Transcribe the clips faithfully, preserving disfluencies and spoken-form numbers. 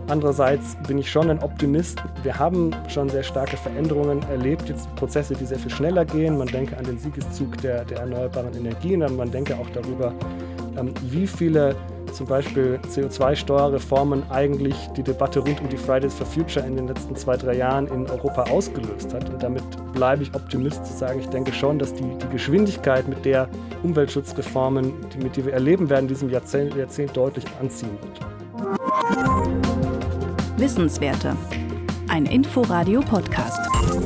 Andererseits bin ich schon ein Optimist. Wir haben schon sehr starke Veränderungen erlebt, jetzt Prozesse, die sehr viel schneller gehen. Man denke an den Siegeszug der, der erneuerbaren Energien, und man denke auch darüber, ähm, wie viele zum Beispiel C O zwei Steuerreformen eigentlich die Debatte rund um die Fridays for Future in den letzten zwei, drei Jahren in Europa ausgelöst hat. Und damit bleibe ich Optimist zu sagen, ich denke schon, dass die, die Geschwindigkeit, mit der Umweltschutzreformen, die, mit der wir erleben werden, in diesem Jahrzehnt, Jahrzehnt deutlich anziehen wird. Wissenswerte. Ein Inforadio-Podcast.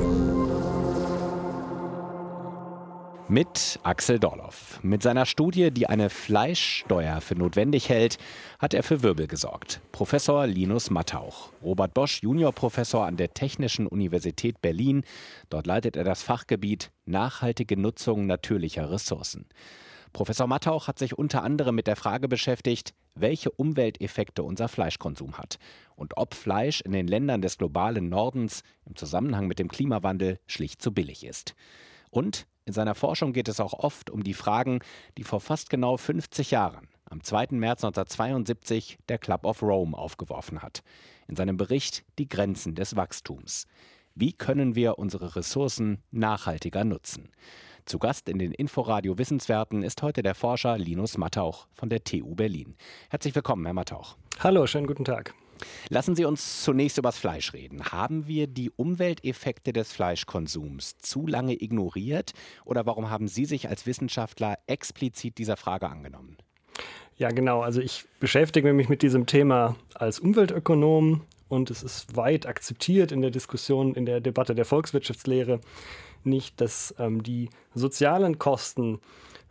Mit Axel Dorloff. Mit seiner Studie, die eine Fleischsteuer für notwendig hält, hat er für Wirbel gesorgt. Professor Linus Mattauch, Robert Bosch, Juniorprofessor an der Technischen Universität Berlin. Dort leitet er das Fachgebiet Nachhaltige Nutzung natürlicher Ressourcen. Professor Mattauch hat sich unter anderem mit der Frage beschäftigt, welche Umwelteffekte unser Fleischkonsum hat und ob Fleisch in den Ländern des globalen Nordens im Zusammenhang mit dem Klimawandel schlicht zu billig ist. Und in seiner Forschung geht es auch oft um die Fragen, die vor fast genau fünfzig Jahren, am zweiten März neunzehnhundertzweiundsiebzig, der Club of Rome aufgeworfen hat. In seinem Bericht Die Grenzen des Wachstums. Wie können wir unsere Ressourcen nachhaltiger nutzen? Zu Gast in den Inforadio Wissenswerten ist heute der Forscher Linus Mattauch von der T U Berlin. Herzlich willkommen, Herr Mattauch. Hallo, schönen guten Tag. Lassen Sie uns zunächst über das Fleisch reden. Haben wir die Umwelteffekte des Fleischkonsums zu lange ignoriert oder warum haben Sie sich als Wissenschaftler explizit dieser Frage angenommen? Ja, genau. Also ich beschäftige mich mit diesem Thema als Umweltökonom und es ist weit akzeptiert in der Diskussion, in der Debatte der Volkswirtschaftslehre nicht, dass ähm, die sozialen Kosten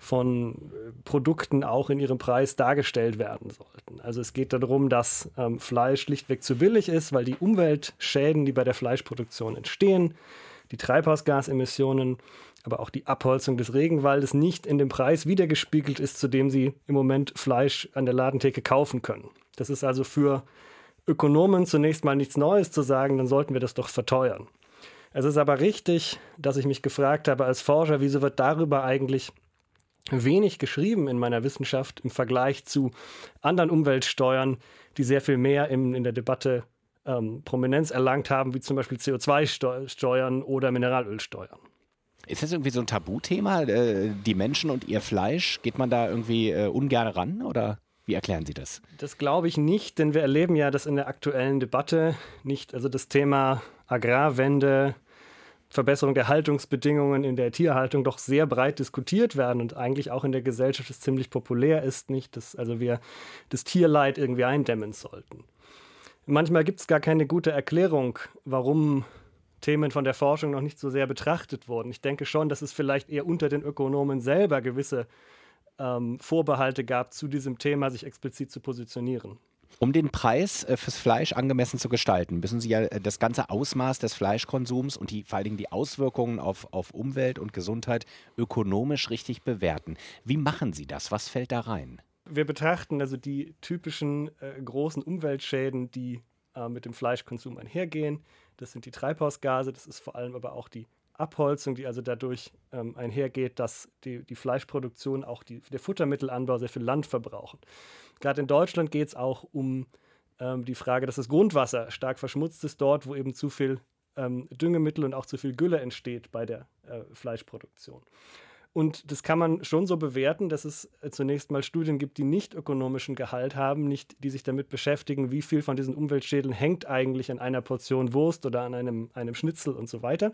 von Produkten auch in ihrem Preis dargestellt werden sollten. Also es geht darum, dass ähm, Fleisch schlichtweg zu billig ist, weil die Umweltschäden, die bei der Fleischproduktion entstehen, die Treibhausgasemissionen, aber auch die Abholzung des Regenwaldes nicht in dem Preis wiedergespiegelt ist, zu dem sie im Moment Fleisch an der Ladentheke kaufen können. Das ist also für Ökonomen zunächst mal nichts Neues zu sagen, dann sollten wir das doch verteuern. Es ist aber richtig, dass ich mich gefragt habe als Forscher, wieso wird darüber eigentlich wenig geschrieben in meiner Wissenschaft im Vergleich zu anderen Umweltsteuern, die sehr viel mehr in, in der Debatte ähm, Prominenz erlangt haben, wie zum Beispiel C O zwei Steuern oder Mineralölsteuern. Ist das irgendwie so ein Tabuthema, äh, die Menschen und ihr Fleisch? Geht man da irgendwie äh, ungern ran oder wie erklären Sie das? Das glaube ich nicht, denn wir erleben ja, dass in der aktuellen Debatte nicht, also das Thema Agrarwende, Verbesserung der Haltungsbedingungen in der Tierhaltung doch sehr breit diskutiert werden und eigentlich auch in der Gesellschaft es ziemlich populär ist, nicht, dass also wir das Tierleid irgendwie eindämmen sollten. Manchmal gibt es gar keine gute Erklärung, warum Themen von der Forschung noch nicht so sehr betrachtet wurden. Ich denke schon, dass es vielleicht eher unter den Ökonomen selber gewisse ähm, Vorbehalte gab, zu diesem Thema sich explizit zu positionieren. Um den Preis äh, fürs Fleisch angemessen zu gestalten, müssen Sie ja äh, das ganze Ausmaß des Fleischkonsums und die, vor allen Dingen die Auswirkungen auf, auf Umwelt und Gesundheit ökonomisch richtig bewerten. Wie machen Sie das? Was fällt da rein? Wir betrachten also die typischen äh, großen Umweltschäden, die äh, mit dem Fleischkonsum einhergehen. Das sind die Treibhausgase, das ist vor allem aber auch die Abholzung, die also dadurch ähm, einhergeht, dass die, die Fleischproduktion, auch die, der Futtermittelanbau sehr viel Land verbrauchen. Gerade in Deutschland geht es auch um ähm, die Frage, dass das Grundwasser stark verschmutzt ist dort, wo eben zu viel ähm, Düngemittel und auch zu viel Gülle entsteht bei der äh, Fleischproduktion. Und das kann man schon so bewerten, dass es äh, zunächst mal Studien gibt, die nicht ökonomischen Gehalt haben, nicht, die sich damit beschäftigen, wie viel von diesen Umweltschäden hängt eigentlich an einer Portion Wurst oder an einem, einem Schnitzel und so weiter.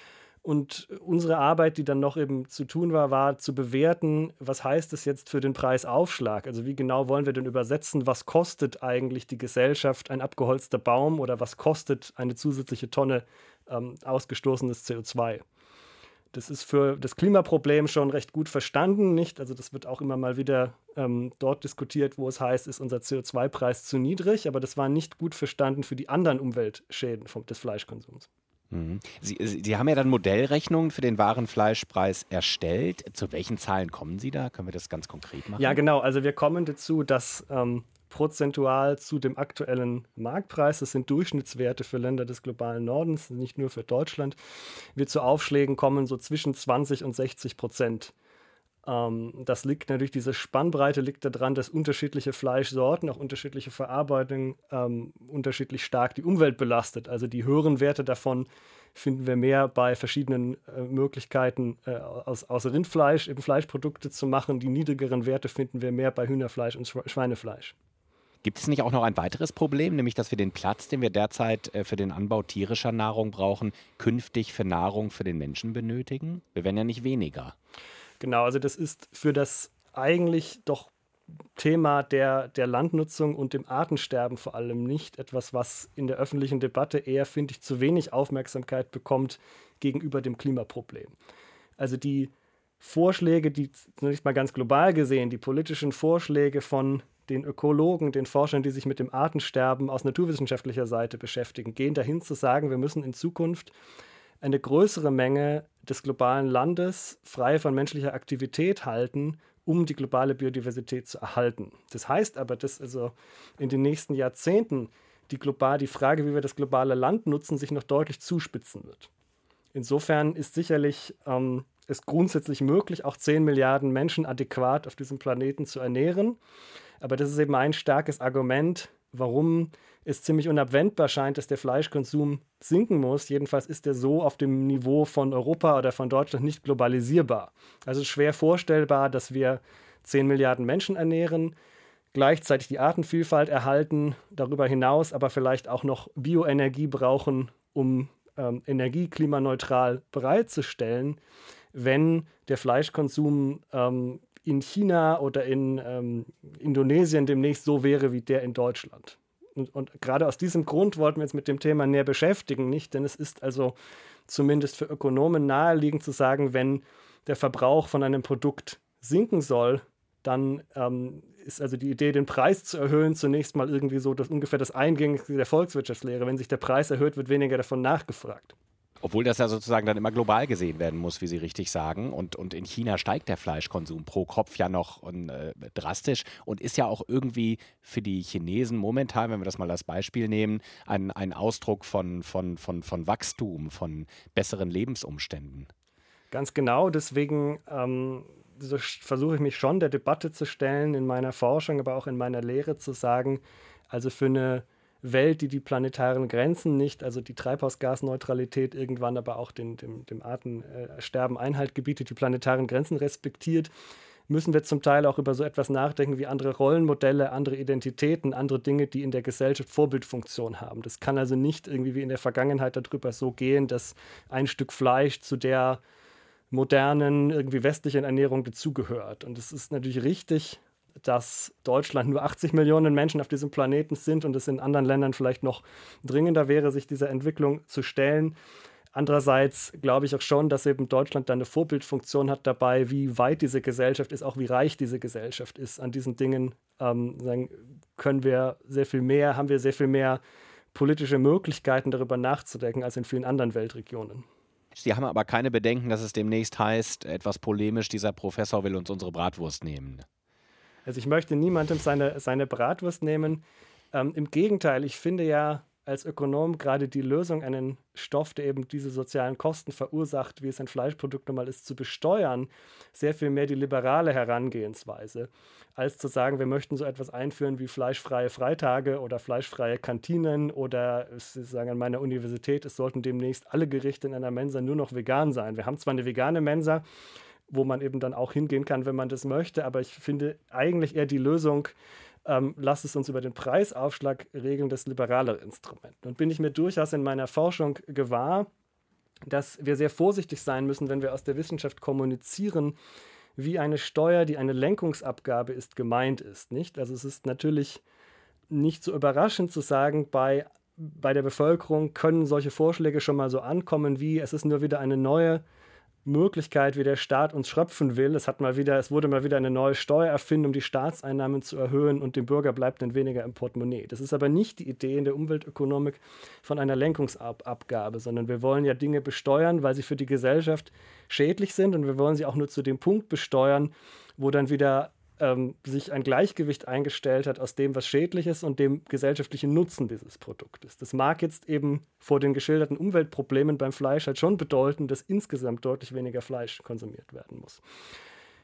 Und unsere Arbeit, die dann noch eben zu tun war, war zu bewerten, was heißt es jetzt für den Preisaufschlag? Also wie genau wollen wir denn übersetzen, was kostet eigentlich die Gesellschaft ein abgeholzter Baum oder was kostet eine zusätzliche Tonne ähm, ausgestoßenes C O zwei? Das ist für das Klimaproblem schon recht gut verstanden, nicht? Also das wird auch immer mal wieder ähm, dort diskutiert, wo es heißt, ist unser C O zwei Preis zu niedrig, aber das war nicht gut verstanden für die anderen Umweltschäden vom, des Fleischkonsums. Sie, Sie haben ja dann Modellrechnungen für den Warenfleischpreis erstellt. Zu welchen Zahlen kommen Sie da? Können wir das ganz konkret machen? Ja, genau. Also wir kommen dazu, dass ähm, prozentual zu dem aktuellen Marktpreis, das sind Durchschnittswerte für Länder des globalen Nordens, nicht nur für Deutschland, wir zu Aufschlägen kommen so zwischen zwanzig und sechzig Prozent Ähm, das liegt natürlich, diese Spannbreite liegt daran, dass unterschiedliche Fleischsorten, auch unterschiedliche Verarbeitung, ähm, unterschiedlich stark die Umwelt belastet. Also die höheren Werte davon finden wir mehr bei verschiedenen äh, Möglichkeiten, äh, aus, aus Rindfleisch eben Fleischprodukte zu machen. Die niedrigeren Werte finden wir mehr bei Hühnerfleisch und Schweinefleisch. Gibt es nicht auch noch ein weiteres Problem, nämlich dass wir den Platz, den wir derzeit äh, für den Anbau tierischer Nahrung brauchen, künftig für Nahrung für den Menschen benötigen? Wir werden ja nicht weniger. Genau, also das ist für das eigentlich doch Thema der, der Landnutzung und dem Artensterben vor allem nicht etwas, was in der öffentlichen Debatte eher, finde ich, zu wenig Aufmerksamkeit bekommt gegenüber dem Klimaproblem. Also die Vorschläge, die zunächst mal ganz global gesehen, die politischen Vorschläge von den Ökologen, den Forschern, die sich mit dem Artensterben aus naturwissenschaftlicher Seite beschäftigen, gehen dahin zu sagen, wir müssen in Zukunft eine größere Menge des globalen Landes frei von menschlicher Aktivität halten, um die globale Biodiversität zu erhalten. Das heißt aber, dass also in den nächsten Jahrzehnten die, global, die Frage, wie wir das globale Land nutzen, sich noch deutlich zuspitzen wird. Insofern ist sicherlich ähm, es grundsätzlich möglich, auch zehn Milliarden Menschen adäquat auf diesem Planeten zu ernähren. Aber das ist eben ein starkes Argument, warum es ziemlich unabwendbar scheint, dass der Fleischkonsum sinken muss. Jedenfalls ist er so auf dem Niveau von Europa oder von Deutschland nicht globalisierbar. Also schwer vorstellbar, dass wir zehn Milliarden Menschen ernähren, gleichzeitig die Artenvielfalt erhalten, darüber hinaus aber vielleicht auch noch Bioenergie brauchen, um ähm, Energie klimaneutral bereitzustellen, wenn der Fleischkonsum ähm, in China oder in ähm, Indonesien demnächst so wäre wie der in Deutschland. Und, und gerade aus diesem Grund wollten wir uns mit dem Thema näher beschäftigen, nicht? Denn es ist also zumindest für Ökonomen naheliegend zu sagen, wenn der Verbrauch von einem Produkt sinken soll, dann ähm, ist also die Idee, den Preis zu erhöhen, zunächst mal irgendwie so das, ungefähr das Eingängigste der Volkswirtschaftslehre. Wenn sich der Preis erhöht, wird weniger davon nachgefragt. Obwohl das ja sozusagen dann immer global gesehen werden muss, wie Sie richtig sagen. Und, und in China steigt der Fleischkonsum pro Kopf ja noch äh, drastisch und ist ja auch irgendwie für die Chinesen momentan, wenn wir das mal als Beispiel nehmen, ein, ein Ausdruck von, von, von, von Wachstum, von besseren Lebensumständen. Ganz genau, deswegen ähm, so versuche ich mich schon der Debatte zu stellen, in meiner Forschung, aber auch in meiner Lehre zu sagen, also für eine Welt, die die planetaren Grenzen nicht, also die Treibhausgasneutralität irgendwann, aber auch den, dem, dem Artensterben Einhalt gebietet, die planetaren Grenzen respektiert, müssen wir zum Teil auch über so etwas nachdenken wie andere Rollenmodelle, andere Identitäten, andere Dinge, die in der Gesellschaft Vorbildfunktion haben. Das kann also nicht irgendwie wie in der Vergangenheit darüber so gehen, dass ein Stück Fleisch zu der modernen, irgendwie westlichen Ernährung dazugehört. Und es ist natürlich richtig, dass Deutschland nur achtzig Millionen Menschen auf diesem Planeten sind und es in anderen Ländern vielleicht noch dringender wäre, sich dieser Entwicklung zu stellen. Andererseits glaube ich auch schon, dass eben Deutschland da eine Vorbildfunktion hat dabei, wie weit diese Gesellschaft ist, auch wie reich diese Gesellschaft ist. An diesen Dingen ähm, sagen, können wir sehr viel mehr, haben wir sehr viel mehr politische Möglichkeiten, darüber nachzudenken, als in vielen anderen Weltregionen. Sie haben aber keine Bedenken, dass es demnächst heißt, etwas polemisch, dieser Professor will uns unsere Bratwurst nehmen. Also ich möchte niemandem seine, seine Bratwurst nehmen. Ähm, im Gegenteil, ich finde ja als Ökonom gerade die Lösung, einen Stoff, der eben diese sozialen Kosten verursacht, wie es ein Fleischprodukt normal ist, zu besteuern, sehr viel mehr die liberale Herangehensweise, als zu sagen, wir möchten so etwas einführen wie fleischfreie Freitage oder fleischfreie Kantinen oder, Sie sagen an meiner Universität, es sollten demnächst alle Gerichte in einer Mensa nur noch vegan sein. Wir haben zwar eine vegane Mensa, wo man eben dann auch hingehen kann, wenn man das möchte. Aber ich finde eigentlich eher die Lösung, ähm, lass es uns über den Preisaufschlag regeln, das liberalere Instrument. Und bin ich mir durchaus in meiner Forschung gewahr, dass wir sehr vorsichtig sein müssen, wenn wir aus der Wissenschaft kommunizieren, wie eine Steuer, die eine Lenkungsabgabe ist, gemeint ist. Nicht? Also es ist natürlich nicht so überraschend zu sagen, bei, bei der Bevölkerung können solche Vorschläge schon mal so ankommen, wie es ist nur wieder eine neue Möglichkeit, wie der Staat uns schröpfen will. Es hat mal wieder, es wurde mal wieder eine neue Steuer erfinden, um die Staatseinnahmen zu erhöhen und dem Bürger bleibt dann weniger im Portemonnaie. Das ist aber nicht die Idee in der Umweltökonomik von einer Lenkungsabgabe, sondern wir wollen ja Dinge besteuern, weil sie für die Gesellschaft schädlich sind und wir wollen sie auch nur zu dem Punkt besteuern, wo dann wieder ähm, sich ein Gleichgewicht eingestellt hat aus dem, was schädlich ist und dem gesellschaftlichen Nutzen dieses Produktes. Das mag jetzt eben vor den geschilderten Umweltproblemen beim Fleisch halt schon bedeuten, dass insgesamt deutlich weniger Fleisch konsumiert werden muss.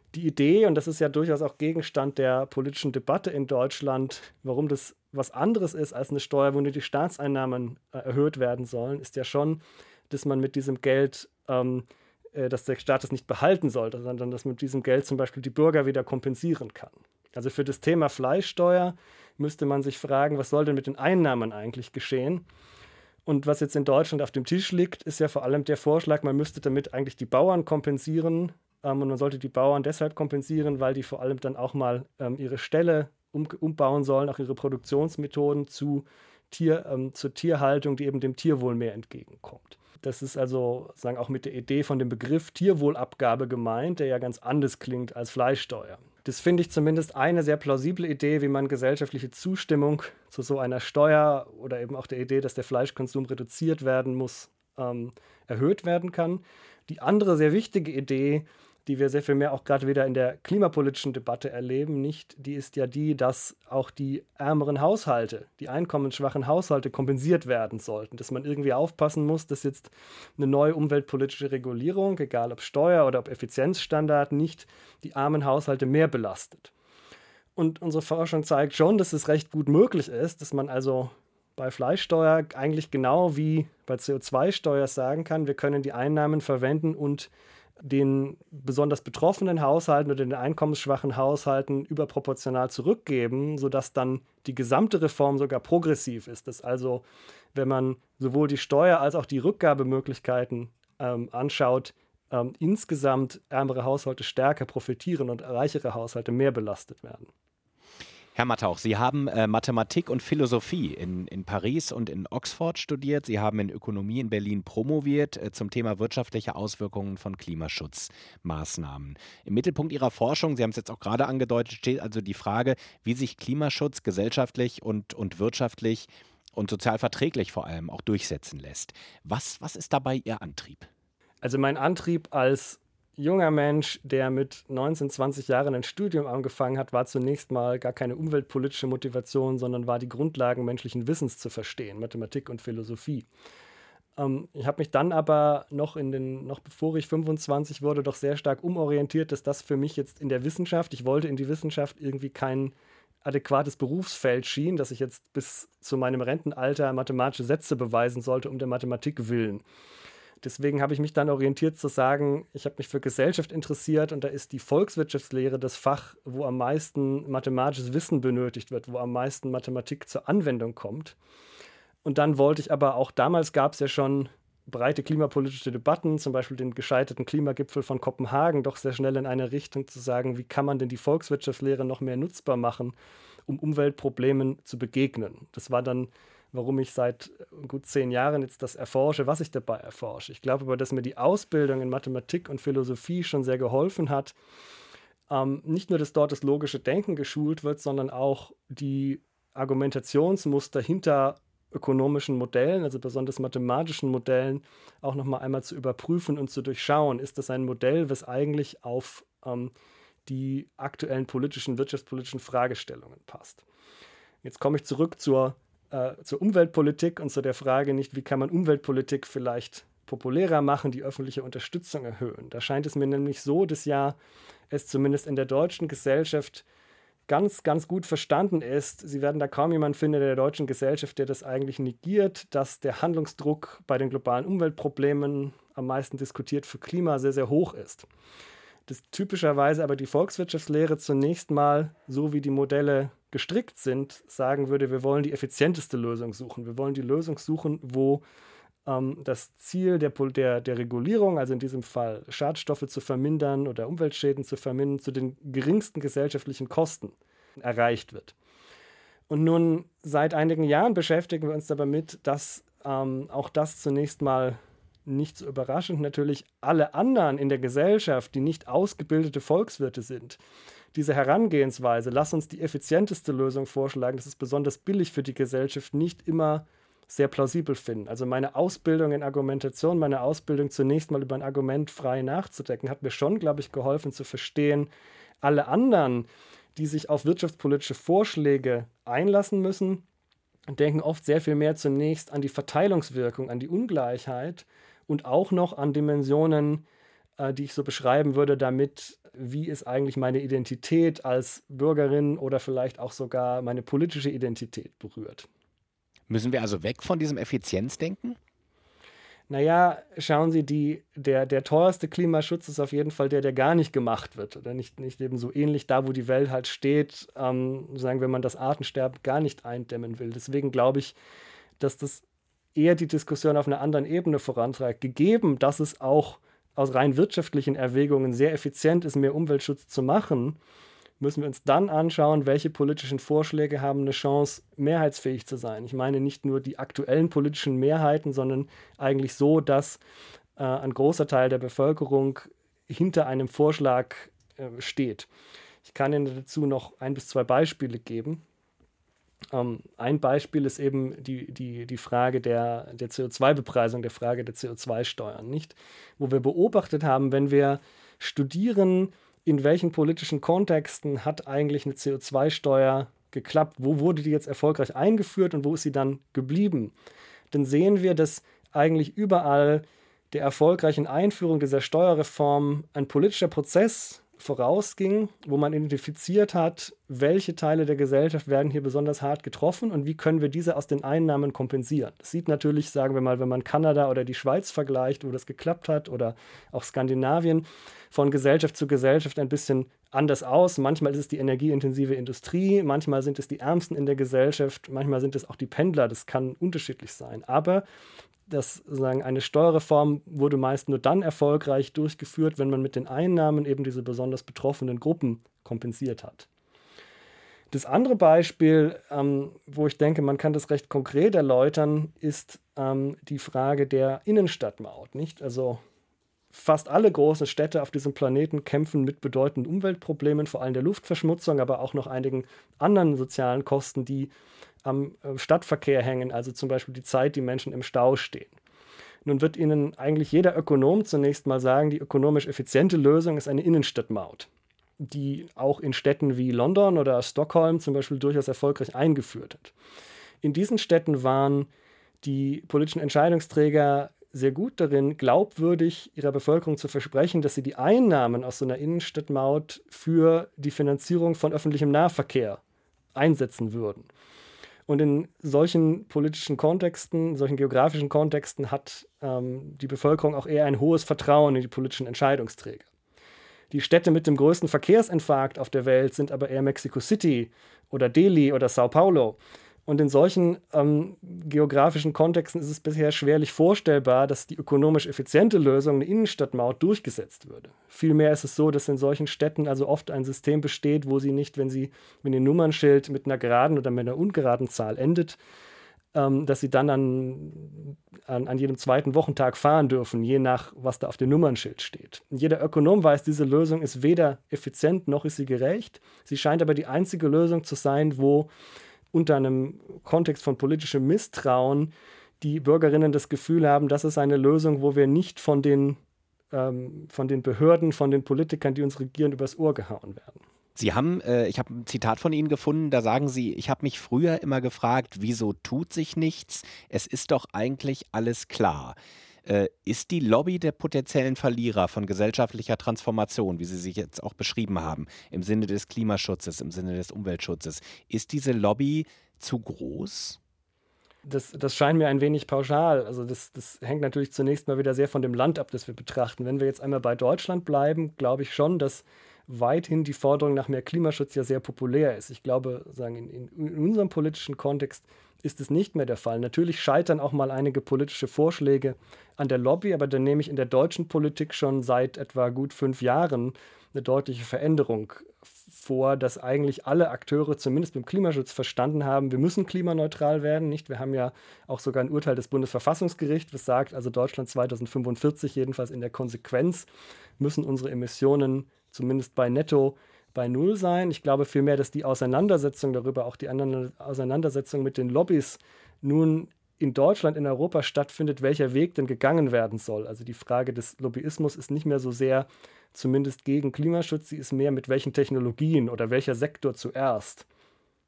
Die Idee, und das ist ja durchaus auch Gegenstand der politischen Debatte in Deutschland, warum das was anderes ist als eine Steuer, wo nur die Staatseinnahmen äh, erhöht werden sollen, ist ja schon, dass man mit diesem Geld, ähm, äh, dass der Staat es nicht behalten sollte, sondern dass man mit diesem Geld zum Beispiel die Bürger wieder kompensieren kann. Also für das Thema Fleischsteuer müsste man sich fragen, was soll denn mit den Einnahmen eigentlich geschehen? Und was jetzt in Deutschland auf dem Tisch liegt, ist ja vor allem der Vorschlag, man müsste damit eigentlich die Bauern kompensieren. Ähm, und man sollte die Bauern deshalb kompensieren, weil die vor allem dann auch mal ähm, ihre Ställe um, umbauen sollen, auch ihre Produktionsmethoden zu Tier, ähm, zur Tierhaltung, die eben dem Tierwohl mehr entgegenkommt. Das ist also sagen auch mit der Idee von dem Begriff Tierwohlabgabe gemeint, der ja ganz anders klingt als Fleischsteuer. Das finde ich zumindest eine sehr plausible Idee, wie man gesellschaftliche Zustimmung zu so einer Steuer oder eben auch der Idee, dass der Fleischkonsum reduziert werden muss, ähm, erhöht werden kann. Die andere sehr wichtige Idee, die wir sehr viel mehr auch gerade wieder in der klimapolitischen Debatte erleben, nicht, die ist ja die, dass auch die ärmeren Haushalte, die einkommensschwachen Haushalte kompensiert werden sollten, dass man irgendwie aufpassen muss, dass jetzt eine neue umweltpolitische Regulierung, egal ob Steuer oder ob Effizienzstandard, nicht die armen Haushalte mehr belastet. Und unsere Forschung zeigt schon, dass es recht gut möglich ist, dass man also bei Fleischsteuer eigentlich genau wie bei C O zwei Steuer sagen kann, wir können die Einnahmen verwenden und den besonders betroffenen Haushalten oder den einkommensschwachen Haushalten überproportional zurückgeben, sodass dann die gesamte Reform sogar progressiv ist. Dass also, wenn man sowohl die Steuer- als auch die Rückgabemöglichkeiten ähm, anschaut, ähm, insgesamt ärmere Haushalte stärker profitieren und reichere Haushalte mehr belastet werden. Herr Mattauch, Sie haben äh, Mathematik und Philosophie in, in Paris und in Oxford studiert. Sie haben in Ökonomie in Berlin promoviert äh, zum Thema wirtschaftliche Auswirkungen von Klimaschutzmaßnahmen. Im Mittelpunkt Ihrer Forschung, Sie haben es jetzt auch gerade angedeutet, steht also die Frage, wie sich Klimaschutz gesellschaftlich und, und wirtschaftlich und sozial verträglich vor allem auch durchsetzen lässt. Was, was ist dabei Ihr Antrieb? Also mein Antrieb als junger Mensch, der mit neunzehn, zwanzig Jahren ein Studium angefangen hat, war zunächst mal gar keine umweltpolitische Motivation, sondern war die Grundlagen menschlichen Wissens zu verstehen, Mathematik und Philosophie. Ähm, ich habe mich dann aber noch in den, noch bevor ich fünfundzwanzig wurde, doch sehr stark umorientiert, dass das für mich jetzt in der Wissenschaft, ich wollte in die Wissenschaft irgendwie kein adäquates Berufsfeld schien, dass ich jetzt bis zu meinem Rentenalter mathematische Sätze beweisen sollte, um der Mathematik willen. Deswegen habe ich mich dann orientiert zu sagen, ich habe mich für Gesellschaft interessiert und da ist die Volkswirtschaftslehre das Fach, wo am meisten mathematisches Wissen benötigt wird, wo am meisten Mathematik zur Anwendung kommt. Und dann wollte ich aber auch, damals gab es ja schon breite klimapolitische Debatten, zum Beispiel den gescheiterten Klimagipfel von Kopenhagen, doch sehr schnell in eine Richtung zu sagen, wie kann man denn die Volkswirtschaftslehre noch mehr nutzbar machen, um Umweltproblemen zu begegnen. Das war dann, warum ich seit gut zehn Jahren jetzt das erforsche, was ich dabei erforsche. Ich glaube aber, dass mir die Ausbildung in Mathematik und Philosophie schon sehr geholfen hat, ähm, nicht nur, dass dort das logische Denken geschult wird, sondern auch die Argumentationsmuster hinter ökonomischen Modellen, also besonders mathematischen Modellen, auch nochmal einmal zu überprüfen und zu durchschauen. Ist das ein Modell, was eigentlich auf ähm, die aktuellen politischen, wirtschaftspolitischen Fragestellungen passt? Jetzt komme ich zurück zur Äh, zur Umweltpolitik und zu der Frage nicht, wie kann man Umweltpolitik vielleicht populärer machen, die öffentliche Unterstützung erhöhen. Da scheint es mir nämlich so, dass ja es zumindest in der deutschen Gesellschaft ganz, ganz gut verstanden ist. Sie werden da kaum jemanden finden in der deutschen Gesellschaft, der das eigentlich negiert, dass der Handlungsdruck bei den globalen Umweltproblemen, am meisten diskutiert für Klima, sehr, sehr hoch ist. Dass typischerweise aber die Volkswirtschaftslehre zunächst mal, so wie die Modelle gestrickt sind, sagen würde, wir wollen die effizienteste Lösung suchen. Wir wollen die Lösung suchen, wo ähm, das Ziel der, der, der Regulierung, also in diesem Fall Schadstoffe zu vermindern oder Umweltschäden zu vermindern, zu den geringsten gesellschaftlichen Kosten erreicht wird. Und nun seit einigen Jahren beschäftigen wir uns damit, dass ähm, auch das zunächst mal nicht so überraschend natürlich alle anderen in der Gesellschaft, die nicht ausgebildete Volkswirte sind, diese Herangehensweise, lass uns die effizienteste Lösung vorschlagen, das ist besonders billig für die Gesellschaft, nicht immer sehr plausibel finden. Also meine Ausbildung in Argumentation, meine Ausbildung zunächst mal über ein Argument frei nachzudenken, hat mir schon, glaube ich, geholfen zu verstehen, alle anderen, die sich auf wirtschaftspolitische Vorschläge einlassen müssen, denken oft sehr viel mehr zunächst an die Verteilungswirkung, an die Ungleichheit und auch noch an Dimensionen äh, die ich so beschreiben würde damit, wie ist eigentlich meine Identität als Bürgerin oder vielleicht auch sogar meine politische Identität berührt. Müssen wir also weg von diesem Effizienzdenken? Naja, schauen Sie, die, der, der teuerste Klimaschutz ist auf jeden Fall der, der gar nicht gemacht wird. Oder nicht, nicht eben so ähnlich da, wo die Welt halt steht, ähm, sagen, wenn man das Artensterben gar nicht eindämmen will. Deswegen glaube ich, dass das eher die Diskussion auf einer anderen Ebene vorantreibt. Gegeben, dass es auch aus rein wirtschaftlichen Erwägungen sehr effizient ist, mehr Umweltschutz zu machen, müssen wir uns dann anschauen, welche politischen Vorschläge haben eine Chance, mehrheitsfähig zu sein. Ich meine nicht nur die aktuellen politischen Mehrheiten, sondern eigentlich so, dass äh, ein großer Teil der Bevölkerung hinter einem Vorschlag äh, steht. Ich kann Ihnen dazu noch ein bis zwei Beispiele geben. Ähm, ein Beispiel ist eben die, die, die Frage der, der C O zwei Bepreisung, der Frage der C O zwei Steuern, nicht? Wo wir beobachtet haben, wenn wir studieren, in welchen politischen Kontexten hat eigentlich eine C O zwei Steuer geklappt, wo wurde die jetzt erfolgreich eingeführt und wo ist sie dann geblieben, dann sehen wir, dass eigentlich überall der erfolgreichen Einführung dieser Steuerreform ein politischer Prozess vorausging, wo man identifiziert hat, welche Teile der Gesellschaft werden hier besonders hart getroffen und wie können wir diese aus den Einnahmen kompensieren. Das sieht natürlich, sagen wir mal, wenn man Kanada oder die Schweiz vergleicht, wo das geklappt hat, oder auch Skandinavien, von Gesellschaft zu Gesellschaft ein bisschen anders aus. Manchmal ist es die energieintensive Industrie, manchmal sind es die Ärmsten in der Gesellschaft, manchmal sind es auch die Pendler, das kann unterschiedlich sein. Aber das, sagen, eine Steuerreform wurde meist nur dann erfolgreich durchgeführt, wenn man mit den Einnahmen eben diese besonders betroffenen Gruppen kompensiert hat. Das andere Beispiel, ähm, wo ich denke, man kann das recht konkret erläutern, ist ähm, die Frage der Innenstadtmaut, nicht? Also fast alle großen Städte auf diesem Planeten kämpfen mit bedeutenden Umweltproblemen, vor allem der Luftverschmutzung, aber auch noch einigen anderen sozialen Kosten, die am Stadtverkehr hängen, also zum Beispiel die Zeit, die Menschen im Stau stehen. Nun wird Ihnen eigentlich jeder Ökonom zunächst mal sagen, die ökonomisch effiziente Lösung ist eine Innenstadtmaut, die auch in Städten wie London oder Stockholm zum Beispiel durchaus erfolgreich eingeführt hat. In diesen Städten waren die politischen Entscheidungsträger sehr gut darin, glaubwürdig ihrer Bevölkerung zu versprechen, dass sie die Einnahmen aus so einer Innenstadtmaut für die Finanzierung von öffentlichem Nahverkehr einsetzen würden. Und in solchen politischen Kontexten, solchen geografischen Kontexten hat ähm, die Bevölkerung auch eher ein hohes Vertrauen in die politischen Entscheidungsträger. Die Städte mit dem größten Verkehrsinfarkt auf der Welt sind aber eher Mexico City oder Delhi oder Sao Paulo. Und in solchen ähm, geografischen Kontexten ist es bisher schwerlich vorstellbar, dass die ökonomisch effiziente Lösung, eine Innenstadtmaut, durchgesetzt würde. Vielmehr ist es so, dass in solchen Städten also oft ein System besteht, wo sie nicht, wenn sie, wenn ihr Nummernschild mit einer geraden oder mit einer ungeraden Zahl endet, ähm, dass sie dann an, an, an jedem zweiten Wochentag fahren dürfen, je nach, was da auf dem Nummernschild steht. Und jeder Ökonom weiß, diese Lösung ist weder effizient noch ist sie gerecht. Sie scheint aber die einzige Lösung zu sein, wo unter einem Kontext von politischem Misstrauen die Bürgerinnen das Gefühl haben, das ist eine Lösung, wo wir nicht von den, ähm, von den Behörden, von den Politikern, die uns regieren, übers Ohr gehauen werden. Sie haben, äh, ich habe ein Zitat von Ihnen gefunden, da sagen Sie, ich habe mich früher immer gefragt, wieso tut sich nichts? Es ist doch eigentlich alles klar. Äh, ist die Lobby der potenziellen Verlierer von gesellschaftlicher Transformation, wie Sie sich jetzt auch beschrieben haben, im Sinne des Klimaschutzes, im Sinne des Umweltschutzes, ist diese Lobby zu groß? Das, das scheint mir ein wenig pauschal. Also das, das hängt natürlich zunächst mal wieder sehr von dem Land ab, das wir betrachten. Wenn wir jetzt einmal bei Deutschland bleiben, glaube ich schon, dass weithin die Forderung nach mehr Klimaschutz ja sehr populär ist. Ich glaube, sagen, in, in unserem politischen Kontext ist es nicht mehr der Fall. Natürlich scheitern auch mal einige politische Vorschläge an der Lobby, aber dann nehme ich in der deutschen Politik schon seit etwa gut fünf Jahren eine deutliche Veränderung vor, dass eigentlich alle Akteure zumindest beim Klimaschutz verstanden haben, wir müssen klimaneutral werden, nicht? Wir haben ja auch sogar ein Urteil des Bundesverfassungsgerichts, das sagt, also Deutschland zweitausendfünfundvierzig, jedenfalls in der Konsequenz, müssen unsere Emissionen zumindest bei Netto bei Null sein. Ich glaube vielmehr, dass die Auseinandersetzung darüber, auch die Auseinandersetzung mit den Lobbys nun in Deutschland, in Europa stattfindet, welcher Weg denn gegangen werden soll. Also die Frage des Lobbyismus ist nicht mehr so sehr zumindest gegen Klimaschutz, sie ist mehr mit welchen Technologien oder welcher Sektor zuerst.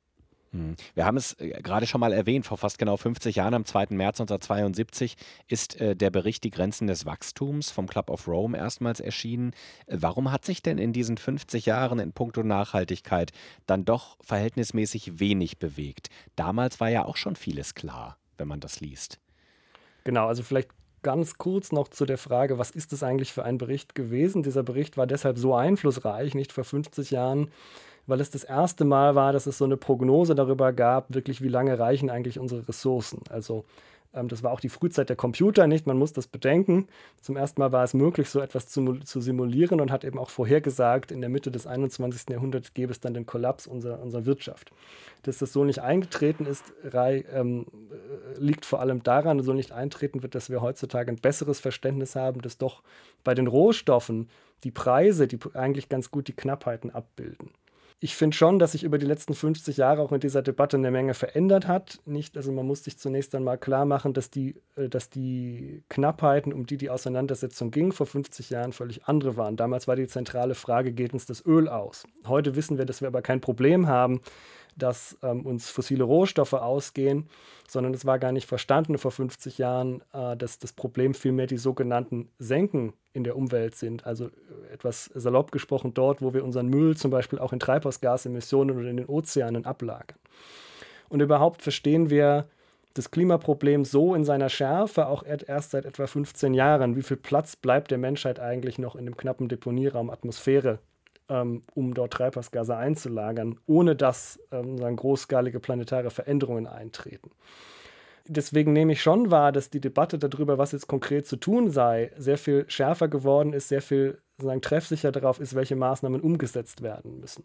Wir haben es gerade schon mal erwähnt, vor fast genau fünfzig Jahren, am zweiten März neunzehnhundertzweiundsiebzig, ist äh, der Bericht Die Grenzen des Wachstums vom Club of Rome erstmals erschienen. Warum hat sich denn in diesen fünfzig Jahren in puncto Nachhaltigkeit dann doch verhältnismäßig wenig bewegt? Damals war ja auch schon vieles klar, wenn man das liest. Genau, also vielleicht ganz kurz noch zu der Frage, was ist das eigentlich für ein Bericht gewesen? Dieser Bericht war deshalb so einflussreich, nicht vor fünfzig Jahren, weil es das erste Mal war, dass es so eine Prognose darüber gab, wirklich wie lange reichen eigentlich unsere Ressourcen. Also ähm, das war auch die Frühzeit der Computer, nicht? Man muss das bedenken. Zum ersten Mal war es möglich, so etwas zu, zu simulieren und hat eben auch vorhergesagt, in der Mitte des einundzwanzigsten Jahrhunderts gäbe es dann den Kollaps unserer, unserer Wirtschaft. Dass das so nicht eingetreten ist, rei, ähm, liegt vor allem daran, dass so nicht eintreten wird, dass wir heutzutage ein besseres Verständnis haben, dass doch bei den Rohstoffen die Preise, die eigentlich ganz gut die Knappheiten abbilden. Ich finde schon, dass sich über die letzten fünfzig Jahre auch in dieser Debatte eine Menge verändert hat. Nicht, also man muss sich zunächst einmal klar machen, dass die, dass die Knappheiten, um die die Auseinandersetzung ging, vor fünfzig Jahren völlig andere waren. Damals war die zentrale Frage, geht uns das Öl aus? Heute wissen wir, dass wir aber kein Problem haben, dass ähm, uns fossile Rohstoffe ausgehen, sondern es war gar nicht verstanden vor fünfzig Jahren, äh, dass das Problem vielmehr die sogenannten Senken in der Umwelt sind. Also äh, etwas salopp gesprochen dort, wo wir unseren Müll zum Beispiel auch in Treibhausgasemissionen oder in den Ozeanen ablagern. Und überhaupt verstehen wir das Klimaproblem so in seiner Schärfe auch erst seit etwa fünfzehn Jahren. Wie viel Platz bleibt der Menschheit eigentlich noch in dem knappen Deponieraum Atmosphäre, um dort Treibhausgase einzulagern, ohne dass ähm, großskalige planetare Veränderungen eintreten. Deswegen nehme ich schon wahr, dass die Debatte darüber, was jetzt konkret zu tun sei, sehr viel schärfer geworden ist, sehr viel sozusagen treffsicher darauf ist, welche Maßnahmen umgesetzt werden müssen.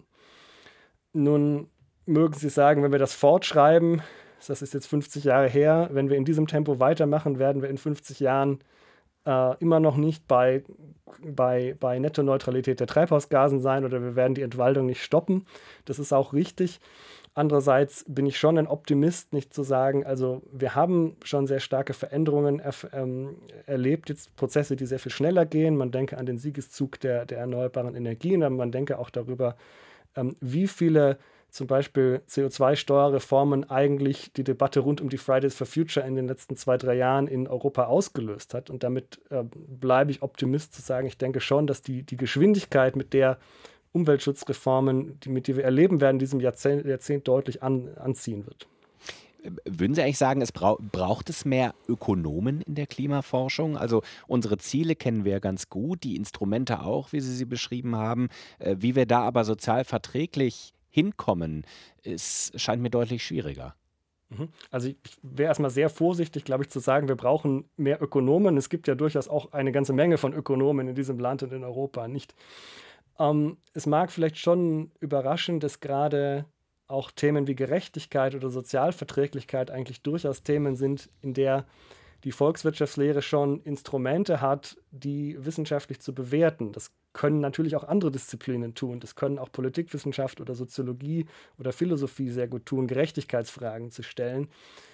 Nun mögen Sie sagen, wenn wir das fortschreiben, das ist jetzt fünfzig Jahre her, wenn wir in diesem Tempo weitermachen, werden wir in fünfzig Jahren äh, immer noch nicht bei bei, bei Nettoneutralität der Treibhausgasen sein oder wir werden die Entwaldung nicht stoppen. Das ist auch richtig. Andererseits bin ich schon ein Optimist, nicht zu sagen, also wir haben schon sehr starke Veränderungen erf- ähm, erlebt, jetzt Prozesse, die sehr viel schneller gehen. Man denke an den Siegeszug der, der erneuerbaren Energien, aber man denke auch darüber, ähm, wie viele zum Beispiel C O zwei Steuerreformen eigentlich die Debatte rund um die Fridays for Future in den letzten zwei, drei Jahren in Europa ausgelöst hat. Und damit äh, bleibe ich Optimist zu sagen, ich denke schon, dass die, die Geschwindigkeit, mit der Umweltschutzreformen, die, mit der wir erleben werden, in diesem Jahrzehnt, Jahrzehnt deutlich an, anziehen wird. Würden Sie eigentlich sagen, es brauch, braucht es mehr Ökonomen in der Klimaforschung? Also unsere Ziele kennen wir ja ganz gut, die Instrumente auch, wie Sie sie beschrieben haben. Äh, wie wir da aber sozial verträglich hinkommen, es scheint mir deutlich schwieriger. Also ich wäre erstmal sehr vorsichtig, glaube ich, zu sagen, wir brauchen mehr Ökonomen. Es gibt ja durchaus auch eine ganze Menge von Ökonomen in diesem Land und in Europa nicht. Ähm, es mag vielleicht schon überraschen, dass gerade auch Themen wie Gerechtigkeit oder Sozialverträglichkeit eigentlich durchaus Themen sind, in der die Volkswirtschaftslehre schon Instrumente hat, die wissenschaftlich zu bewerten. Das können natürlich auch andere Disziplinen tun. Das können auch Politikwissenschaft oder Soziologie oder Philosophie sehr gut tun, Gerechtigkeitsfragen zu stellen.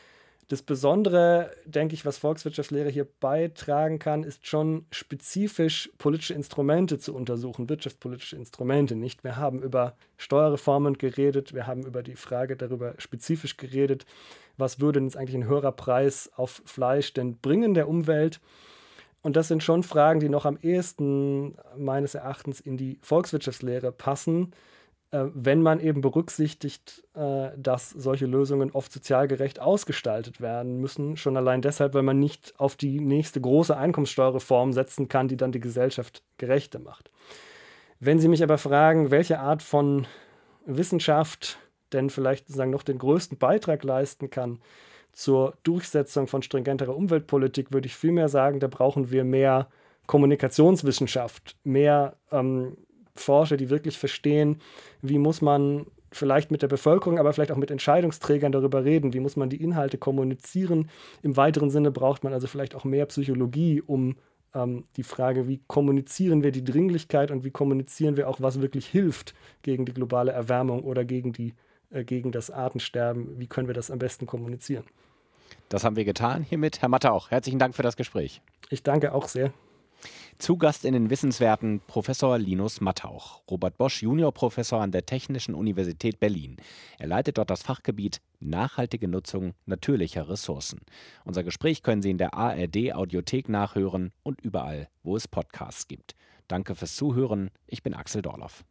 Das Besondere, denke ich, was Volkswirtschaftslehre hier beitragen kann, ist schon spezifisch politische Instrumente zu untersuchen, wirtschaftspolitische Instrumente nicht. Wir haben über Steuerreformen geredet, wir haben über die Frage darüber spezifisch geredet, was würde denn jetzt eigentlich ein höherer Preis auf Fleisch denn bringen der Umwelt? Und das sind schon Fragen, die noch am ehesten meines Erachtens in die Volkswirtschaftslehre passen, äh, wenn man eben berücksichtigt, äh, dass solche Lösungen oft sozial gerecht ausgestaltet werden müssen. Schon allein deshalb, weil man nicht auf die nächste große Einkommenssteuerreform setzen kann, die dann die Gesellschaft gerechter macht. Wenn Sie mich aber fragen, welche Art von Wissenschaft denn vielleicht sozusagen noch den größten Beitrag leisten kann zur Durchsetzung von stringenterer Umweltpolitik, würde ich vielmehr sagen, da brauchen wir mehr Kommunikationswissenschaft, mehr ähm, Forscher, die wirklich verstehen, wie muss man vielleicht mit der Bevölkerung, aber vielleicht auch mit Entscheidungsträgern darüber reden, wie muss man die Inhalte kommunizieren. Im weiteren Sinne braucht man also vielleicht auch mehr Psychologie, um ähm, die Frage, wie kommunizieren wir die Dringlichkeit und wie kommunizieren wir auch, was wirklich hilft gegen die globale Erwärmung oder gegen die gegen das Artensterben. Wie können wir das am besten kommunizieren? Das haben wir getan hiermit. Herr Mattauch, herzlichen Dank für das Gespräch. Ich danke auch sehr. Zu Gast in den Wissenswerten Professor Linus Mattauch, Robert Bosch Juniorprofessor an der Technischen Universität Berlin. Er leitet dort das Fachgebiet Nachhaltige Nutzung natürlicher Ressourcen. Unser Gespräch können Sie in der A R D-Audiothek nachhören und überall, wo es Podcasts gibt. Danke fürs Zuhören. Ich bin Axel Dorloff.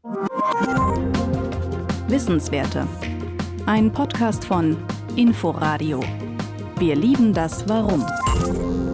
Wissenswerte. Ein Podcast von Inforadio. Wir lieben das Warum.